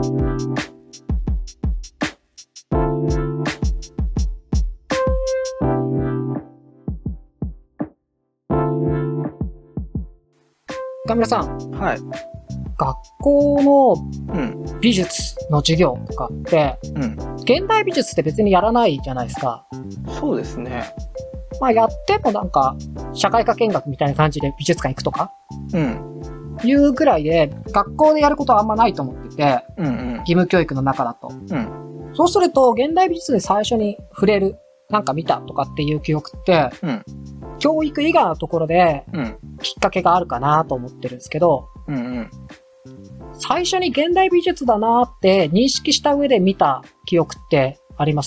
岡村さん、 はい。 学校うん。 の美術の授業とかって、 うん。 現代美術って別にやらないじゃないですか。 そうですね。 まあやってもなんか、社会科見学みたいな感じで美術館行くとかうん。 いうぐらいで、学校でやることはあんまないと思ってて、 うんうん。 義務教育の中だと。 うん。 そうすると、現代美術で最初に触れる、なんか見たとかっていう記憶って、 うん。 教育以外のところでうん。 きっかけがあるかなと思ってるんですけど、 うんうん。 最初に現代美術だなって認識した上で見た記憶ってあります？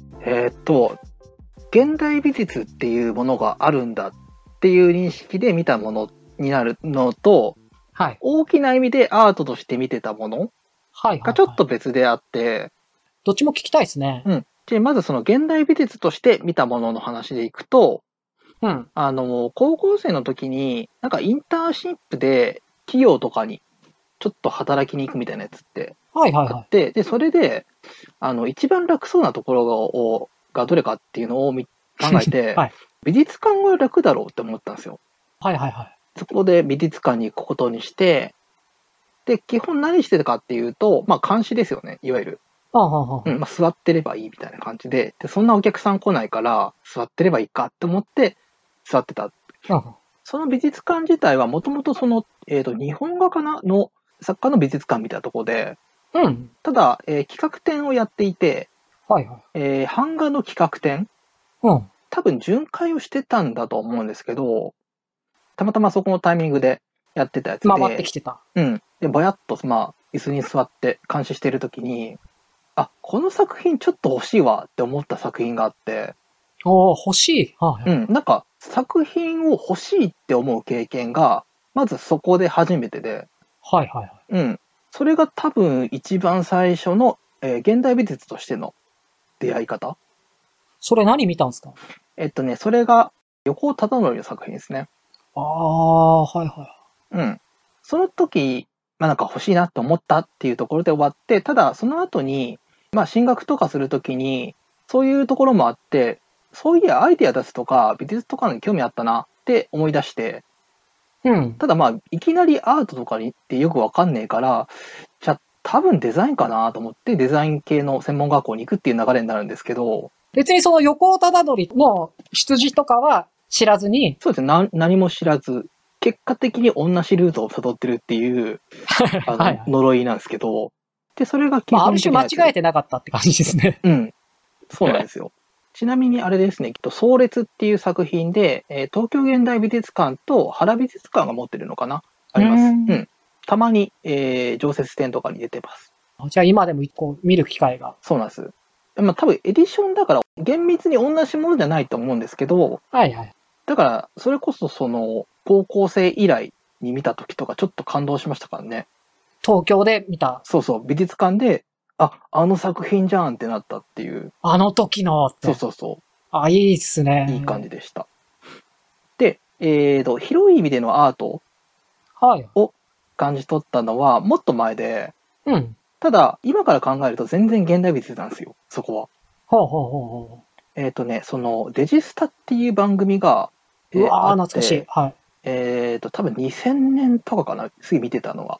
現代美術っていうものがあるんだっていう認識で見たものになるのと、 はい。 大きな意味でアートとして見てたものはいはい、 がちょっはい。 と別であって、 どっちも聞きたいですね。 うん。で、まずその現代美術として見たものの話でいくと、 うん。 高校生の時に、なんかインターンシップで企業とかにちょっと働きに行くみたいなやつってはいはいはい。 あって、で、それで、一番楽そうなところがどれかっていうのを考えて、 はい。 美術館が楽だろうって思ったんですよ。 はいはいはい。 そこで美術館に行くことにして、で、基本何してたかっていうと、まあ監視ですよね、いわゆる。 ああ、はあ、 うん、まあ座ってればいいみたいな感じで、で、そんなお客さん来ないから、座ってればいいかって思って座ってた。 はあ。 その美術館自体はもともとその、日本画かなの作家の美術館みたいなところで、 うん。 ただ、企画展をやっていて、 はいはい。 版画の企画展、 うん。 多分巡回をしてたんだと思うんですけど、たまたまそこのタイミングでやってたやつ回ってで、 きてた。 うん。で、ぼやっと、まあ、椅子に座って監視してるときに、あ、この作品ちょっと欲しいわって思った作品があって、 おー、欲しい。はいはい。 うん。なんか、作品を欲しいって思う経験が、まずそこで初めてで、 はいはいはい。 うん。それが多分一番最初の、現代美術としての出会い方。 それ何見たんですか？ それが横尾忠則の作品ですね。 ああ、はいはうん。その時、まあなんか欲しいなと思ったっていうところで終わって、ただその後に、まあ進学とかするときに、そういうところもあって、そういやアイデア出すとか美術とかに興味あったなって思い出して、 い。うん。 ただまあいきなりアートとかにってよくわかんねえから、じゃあ多分デザインかなと思ってデザイン系の専門学校に行くっていう流れになるんですけど、 別にその横尾忠則の出自とかは知らずに、 そうですね、何も知らず、結果的に同じルートを辿ってるっていう、 はいはい。 呪いなんですけど、で、それが基まあ、ある本種間的なやつで。 違えてなかったって感じですね。 うん。そうなんですよ。ちなみにあれですね、壮烈っていう作品で、東京現代美術館と原美術館が持ってるのかなあうーります。うん。 ん。たまに、常設展とかに出てます。 じゃあ今でもこう見る機会が。 そうなんです。まあ多分エディションだから厳密に同じものじゃないと思うんですけど、 はいはい。 だからそれこそその高校生以来に見た時とかちょっと感動しましたからね。 東京で見た、 そうそう、美術館で、あの作品じゃんってなったっていう。 あの時のっそうて。 そうそあ、いいっすう、いい感じね。 でした。で、広い意味でのアートはい。 を感じ取ったのはもっと前で、 うん。 ただ、今から考えると全然現代美術なんですよ、そこは。 ほうほうほうほその、デジスタっていう番組が、 う。うわー、 あっ懐かしい。 て、 はい。 多分2000年とかかな、次見てたのは。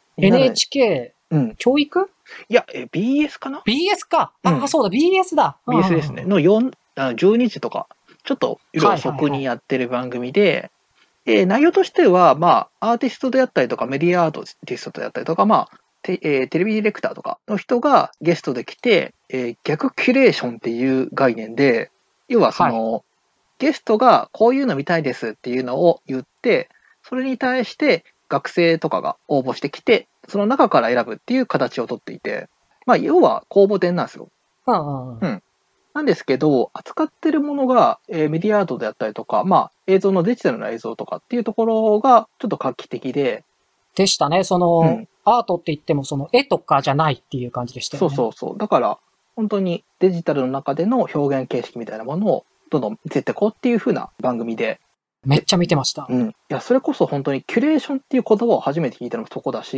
NHK うん。 教育？ いや、BS かな BS か。あ、 うん。 そうだ、BS だ。 BS ですね。の12時とか、ちょっと夜はいはい遅くにはい。 やってる番組で、内容としては、まあ、アーティストであったりとか、メディアアーティストであったりとか、まあ、テレビディレクターとかの人がゲストで来て、逆キュレーションっていう概念で、要はそはい。 の、ゲストがこういうの見たいですっていうのを言って、それに対して学生とかが応募してきて、その中から選ぶっていう形をとっていて、まあ、要は公募展なんですよ。 うんうん。 うん。なんですけど、扱ってるものが、メディアアートであったりとか、まあ、映像のデジタルな映像とかっていうところがちょっと画期的で、 でしたね。その、 うん。 アートって言ってもその絵とかじゃないっていう感じでしたよそうね。 そうそう。だから、本当にデジタルの中での表現形式みたいなものをどんどん見せてこうっていう風な番組で、 めっちゃ見てました。 うん。いや、それこそ本当にキュレーションっていう言葉を初めて聞いたのもそこだし、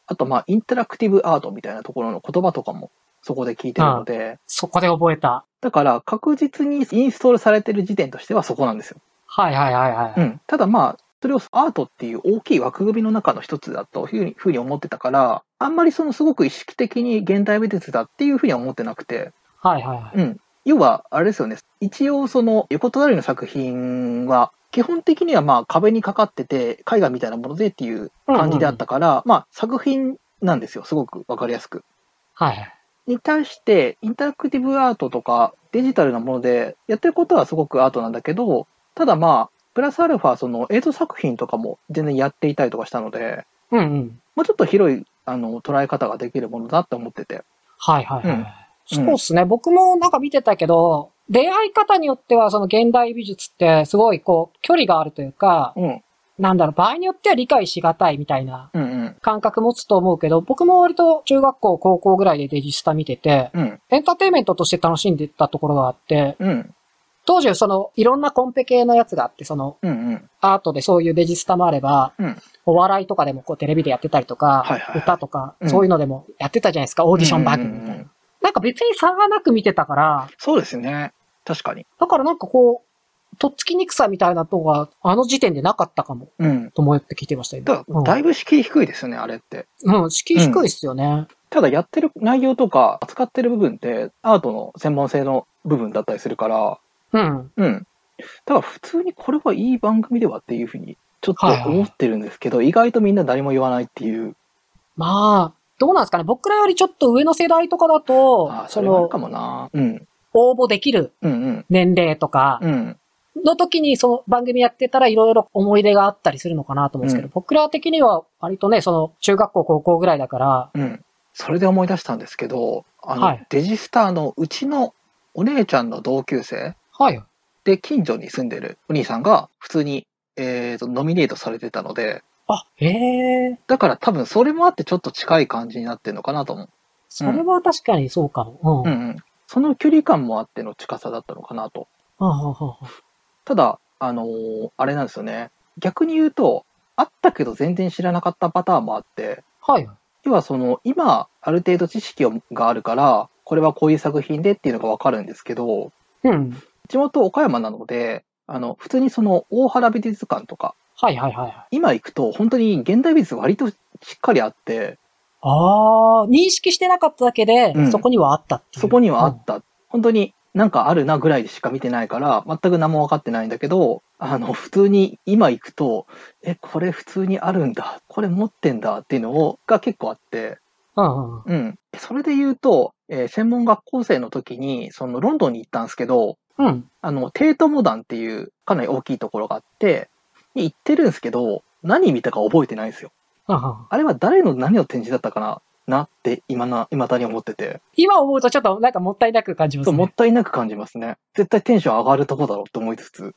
あとインタラクティブアートみたいなところの言葉とかもそこで聞いてるので、 そこで覚えた。 だから確実にインストールされてる時点としてはそこなんですよ。 はいはいはいはい。 ただそれをアートっていう大きい枠組みの中の一つだというふうに思ってたから、あんまりすごく意識的に現代美術だっていうふうには思ってなくて。 はいはいはい。 要は、あれですよね。一応横隣の作品は、基本的には壁にかかってて、絵画みたいなものでっていう感じであったから、作品なんですよ。すごくわかりやすく。 はいはい。 に対して、インタラクティブアートとかデジタルなものでやってることはすごくアートなんだけど、ただプラスアルファ映像作品とかも全然やっていたりとかしたので、もうちょっと広い捉え方ができるものだって思ってて。 はいはいはい。そうですね。僕もなんか見てたけど、出会い方によっては現代美術ってすごい距離があるというか、なんだろう、場合によっては理解しがたいみたいな感覚持つと思うけど、僕も割と中学校、高校ぐらいでデジスタ見てて、エンターテインメントとして楽しんでたところがあって、当時いろんなコンペ系のやつがあって、アートでそういうデジスタもあれば、お笑いとかでもテレビでやってたりとか、歌とか、そういうのでもやってたじゃないですか、オーディション番組みたいな。なんか別に差がなく見てたから。 そうですね。確かに。 だからなんかとっつきにくさみたいなとが、あの時点でなかったかも。と思って聞いてましたよ。 だいぶ敷居低いですよね、あれって。 敷居低いですよね。 ただやってる内容とか、扱ってる部分って、アートの専門性の部分だったりするから、だから普通にこれはいい番組ではっていうふうに、ちょっと思ってるんですけど、意外とみんな誰も言わないっていう。 どうなんですかね。僕らよりちょっと上の世代とかだと、 それはあるかもな。 応募できる年齢とか、の時に番組やってたらいろいろ思い出があったりするのかなと思うんですけど、僕ら的には割とね、中学校、高校ぐらいだから。 それで思い出したんですけど、デジスターのうちのお姉ちゃんの同級生で近所に住んでるお兄さんが普通に、ノミネートされてたので、だから多分それもあってちょっと近い感じになってるのかなと思う。 それは確かにそうかも。 その距離感もあっての近さだったのかなと。ただ、あれなんですよね。逆に言うと、あったけど全然知らなかったパターンもあって、要は今、ある程度知識があるから、これはこういう作品でっていうのがわかるんですけど、地元岡山なので、普通に大原美術館とか、今行くと本当に現代美術割としっかりあって、 認識してなかっただけで、そこにはあったっていう。 そこにはあった。本当になんかあるなぐらいでしか見てないから、全く何も分かってないんだけど、普通に今行くと、これ普通にあるんだ。これ持ってんだっていうのが結構あって、それで言うと、専門学校生の時に、ロンドンに行ったんですけど、テートモダンっていうかなり大きいところがあって、に行ってるんですけど、何見たか覚えてないんですよ。あれは誰の何の展示だったかなって今だに思ってて。 今思うとちょっとなんかもったいなく感じますね。 もったいなく感じますね。絶対テンション上がるとこだろうと思いつつ。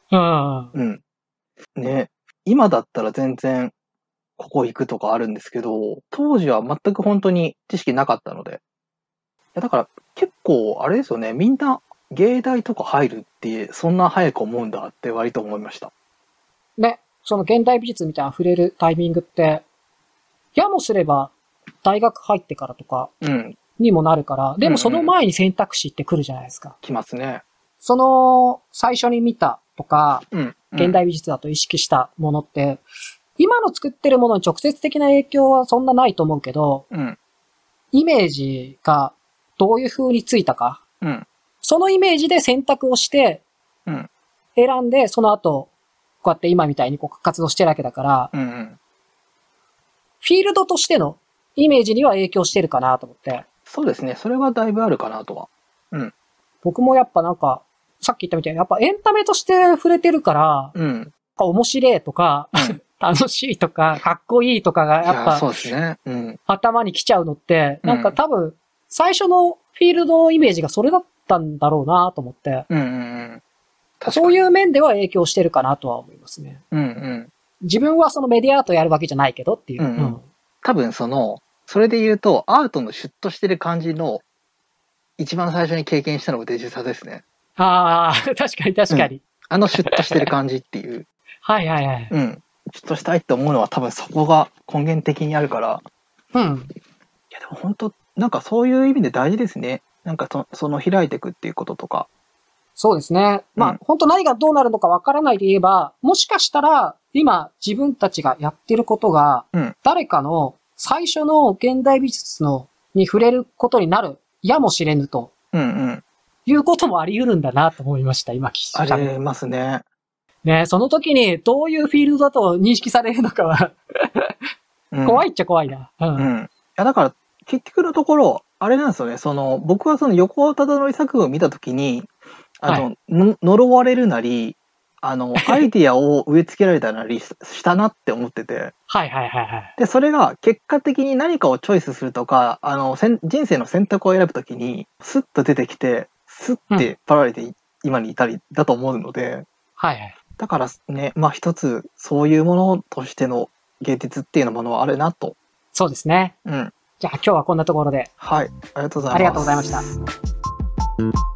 ね。今だったら全然ここ行くとかあるんですけど、当時は全く本当に知識なかったので。だから結構あれですよね。みんな芸大とか入るってそんな早く思うんだって割と思いました。 ね。現代美術みたいな触れるタイミングって、やもすれば大学入ってからとかにもなるから、でもその前に選択肢って来るじゃないですか。 来ますね。 最初に見たとか、現代美術だと意識したものって、今の作ってるものに直接的な影響はそんなないと思うけど、イメージがどういう風についたか、そのイメージで選択をして、選んで、その後、こうやって今みたいに活動してるわけだから、フィールドとしてのイメージには影響してるかなと思って。 そうですね。それはだいぶあるかなとは。 僕もやっぱなんか、さっき言ったみたいに、やっぱエンタメとして触れてるから、面白いとか、楽しいとか、かっこいいとかがやっぱ、 そうですね。 頭に来ちゃうのって、なんか多分、最初のフィールドのイメージがそれだったんだろうなと思って、そういう面では影響してるかなとは思いますね。自分はメディアアートやるわけじゃないけどっていう。 多分それで言うと、アートのシュッとしてる感じの、一番最初に経験したのがデジスタですね。 確かに確かに。 シュッとしてる感じっていう。 はいはいはい。 シュッとしたいって思うのは多分そこが根源的にあるから、 うん。 いやでも本当なんかそういう意味で大事ですね。なんかその開いていくっていうこととか。 そうですね。まあ、本当何がどうなるのかわからないで言えば、もしかしたら、今自分たちがやってることが、誰かの最初の現代美術に触れることになるやもしれぬと、いうこともあり得るんだなと思いました、今聞いて。 ありますね。 ね、その時にどういうフィールドだと認識されるのかは怖いっちゃ怖いな。 いやだから結局のところ、あれなんですよね。僕はその横尾忠則作品を見た時に、呪われるなり、アイディアを植え付けられたなりしたなって思ってて。で、それが結果的に何かをチョイスするとか、人生の選択を選ぶときに、スッと出てきて、スッてパラレルで今にいたりだと思うので、だからね、まあ一つ、そういうものとしての芸術っていうものはあるなと。 そうですね。じゃあ今日はこんなところで。 はい。ありがとうございます。 ありがとうございました。